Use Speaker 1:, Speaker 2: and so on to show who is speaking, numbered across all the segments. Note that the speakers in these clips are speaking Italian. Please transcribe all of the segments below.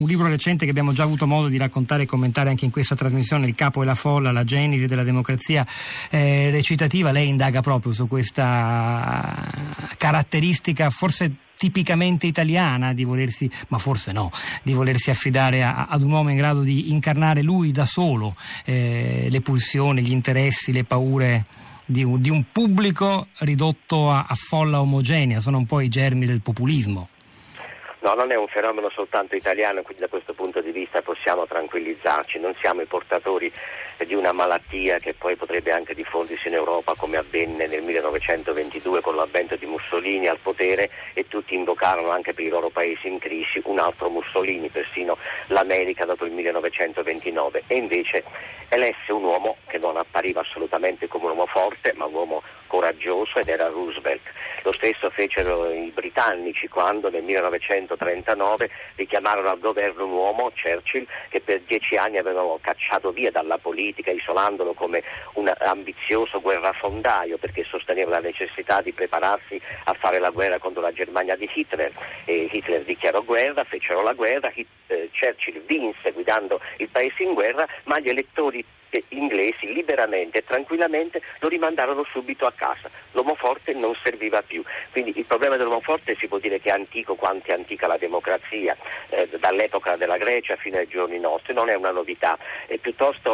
Speaker 1: Un libro recente che abbiamo già avuto modo di raccontare e commentare anche in questa trasmissione, Il capo e la folla, la genesi della democrazia recitativa. Lei indaga proprio su questa caratteristica forse tipicamente italiana di volersi, ma forse no, di volersi affidare ad un uomo in grado di incarnare lui da solo le pulsioni, gli interessi, le paure di un pubblico ridotto a folla omogenea. Sono un po' i germi del populismo.
Speaker 2: No, non è un fenomeno soltanto italiano, quindi da questo punto di vista possiamo tranquillizzarci, non siamo i portatori di una malattia che poi potrebbe anche diffondersi in Europa, come avvenne nel 1922 con l'avvento di Mussolini al potere, e tutti invocarono anche per i loro paesi in crisi un altro Mussolini, persino l'America dopo il 1929, e invece elesse un uomo che non appariva assolutamente come un uomo forte, ma un uomo coraggioso, ed era Roosevelt. Lo stesso fecero i britannici quando nel 1939 richiamarono al governo un uomo, Churchill, che per 10 anni avevano cacciato via dalla politica, isolandolo come un ambizioso guerrafondaio, perché sosteneva la necessità di prepararsi a fare la guerra contro la Germania di Hitler. E Hitler dichiarò guerra, fecero la guerra, Churchill vinse guidando il paese in guerra, ma gli elettori inglesi liberamente e tranquillamente lo rimandarono subito a casa. L'uomo forte non serviva più. Quindi il problema dell'uomo forte si può dire che è antico quanto è antica la democrazia, dall'epoca della Grecia fino ai giorni nostri. Non è una novità, è piuttosto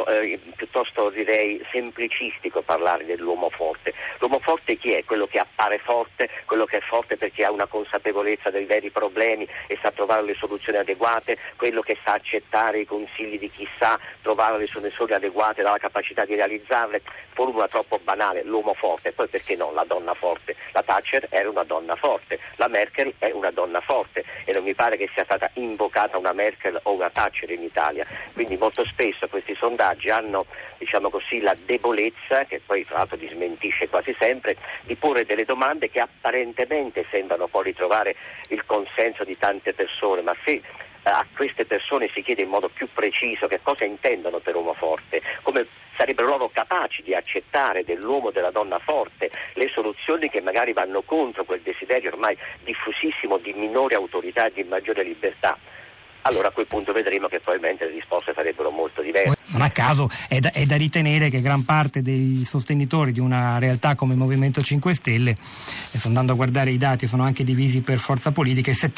Speaker 2: direi semplicistico parlare dell'uomo forte. L'uomo forte chi è? Quello che appare forte, quello che è forte perché ha una consapevolezza dei veri problemi e sa trovare le soluzioni adeguate, quello che sa accettare i consigli di chi sa trovare le soluzioni adeguate dalla capacità di realizzarle. Formula troppo banale, l'uomo forte. Poi perché no, la donna forte? La Thatcher era una donna forte, la Merkel è una donna forte, e non mi pare che sia stata invocata una Merkel o una Thatcher in Italia. Quindi molto spesso questi sondaggi hanno, diciamo così, la debolezza, che poi tra l'altro li smentisce quasi sempre, di porre delle domande che apparentemente sembrano poi ritrovare il consenso di tante persone, ma se a queste persone si chiede in modo più preciso che cosa intendono per uomo forte, come sarebbero loro capaci di accettare dell'uomo o della donna forte le soluzioni che magari vanno contro quel desiderio ormai diffusissimo di minore autorità e di maggiore libertà, allora a quel punto vedremo che probabilmente le risposte sarebbero molto diverse.
Speaker 1: Non a caso è da ritenere che gran parte dei sostenitori di una realtà come il Movimento 5 Stelle, e sto andando a guardare i dati, sono anche divisi per forza politica, il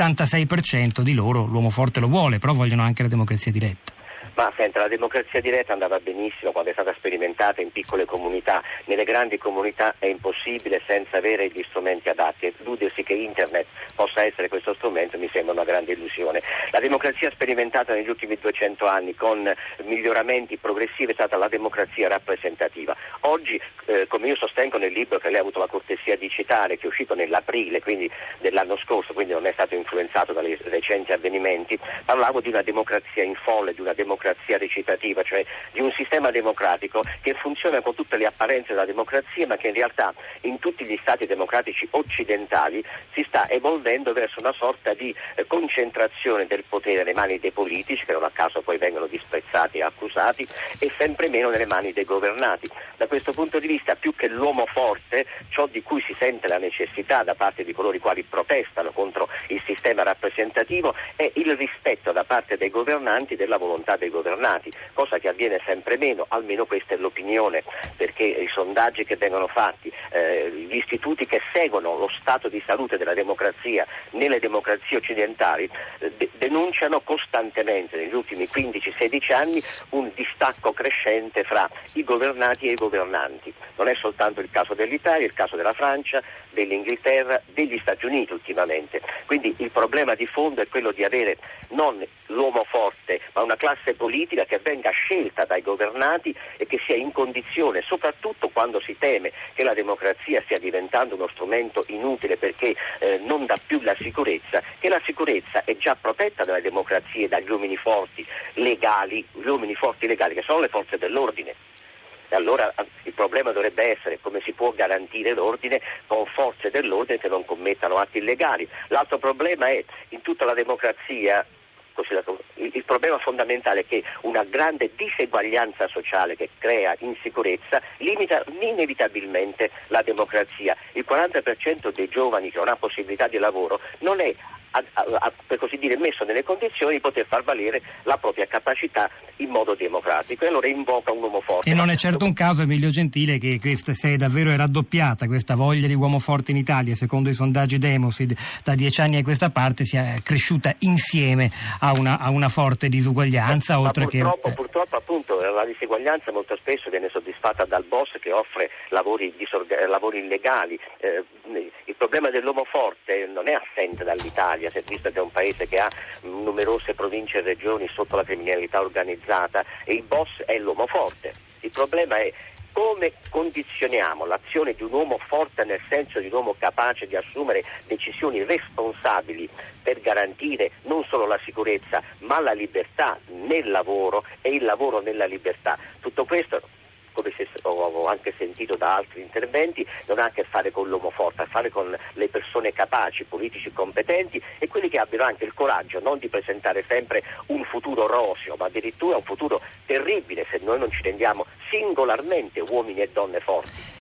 Speaker 1: 76% di loro l'uomo forte lo vuole, però vogliono anche la democrazia diretta.
Speaker 2: Ma senta, la democrazia diretta andava benissimo quando è stata sperimentata in piccole comunità. Nelle grandi comunità è impossibile senza avere gli strumenti adatti. Illudersi che internet possa essere questo strumento mi sembra una grande illusione. La democrazia sperimentata negli ultimi 200 anni con miglioramenti progressivi è stata la democrazia rappresentativa. Oggi, come io sostengo nel libro che lei ha avuto la cortesia di citare, che è uscito nell'aprile quindi dell'anno scorso, quindi non è stato influenzato dai recenti avvenimenti, parlavo di una democrazia in folle, di una democrazia recitativa, cioè di un sistema democratico che funziona con tutte le apparenze della democrazia, ma che in realtà in tutti gli stati democratici occidentali si sta evolvendo verso una sorta di concentrazione del potere nelle mani dei politici, che non a caso poi vengono disprezzati e accusati, e sempre meno nelle mani dei governati. Da questo punto di vista, più che l'uomo forte, ciò di cui si sente la necessità da parte di coloro i quali protestano contro il sistema rappresentativo è il rispetto da parte dei governanti della volontà dei governati, cosa che avviene sempre meno, almeno questa è l'opinione, perché i sondaggi che vengono fatti, gli istituti che seguono lo stato di salute della democrazia nelle democrazie occidentali denunciano costantemente negli ultimi 15-16 anni un distacco crescente fra i governati e i governanti. Non è soltanto il caso dell'Italia, il caso della Francia, dell'Inghilterra, degli Stati Uniti ultimamente. Quindi il problema di fondo è quello di avere non l'uomo forte, ma una classe politica che venga scelta dai governati e che sia in condizione, soprattutto quando si teme che la democrazia stia diventando uno strumento inutile perché non dà più la sicurezza, che la sicurezza è già protetta dalle democrazie, dagli uomini forti legali, che sono le forze dell'ordine. E allora il problema dovrebbe essere come si può garantire l'ordine con forze dell'ordine che non commettano atti illegali. L'altro problema è in tutta la democrazia. Il problema fondamentale è che una grande diseguaglianza sociale che crea insicurezza limita inevitabilmente la democrazia. Il 40% dei giovani che non ha possibilità di lavoro non è per così dire, messo nelle condizioni di poter far valere la propria capacità in modo democratico, e allora invoca un uomo forte.
Speaker 1: E non è certo un caso, Emilio Gentile, che questa se davvero è raddoppiata questa voglia di uomo forte in Italia, secondo i sondaggi Demosid, da 10 anni a questa parte sia cresciuta insieme a una forte disuguaglianza.
Speaker 2: Purtroppo appunto la diseguaglianza molto spesso viene soddisfatta dal boss che offre lavori illegali. Il problema dell'uomo forte non è assente dall'Italia, visto che è un paese che ha numerose province e regioni sotto la criminalità organizzata, e il boss è l'uomo forte. Il problema è come condizioniamo l'azione di un uomo forte, nel senso di un uomo capace di assumere decisioni responsabili per garantire non solo la sicurezza ma la libertà nel lavoro e il lavoro nella libertà. Tutto questo, come ho anche sentito da altri interventi, non ha a che fare con l'uomo forte, ha a che fare con le persone capaci, politici competenti, e quelli che abbiano anche il coraggio non di presentare sempre un futuro roseo, ma addirittura un futuro terribile se noi non ci rendiamo singolarmente uomini e donne forti.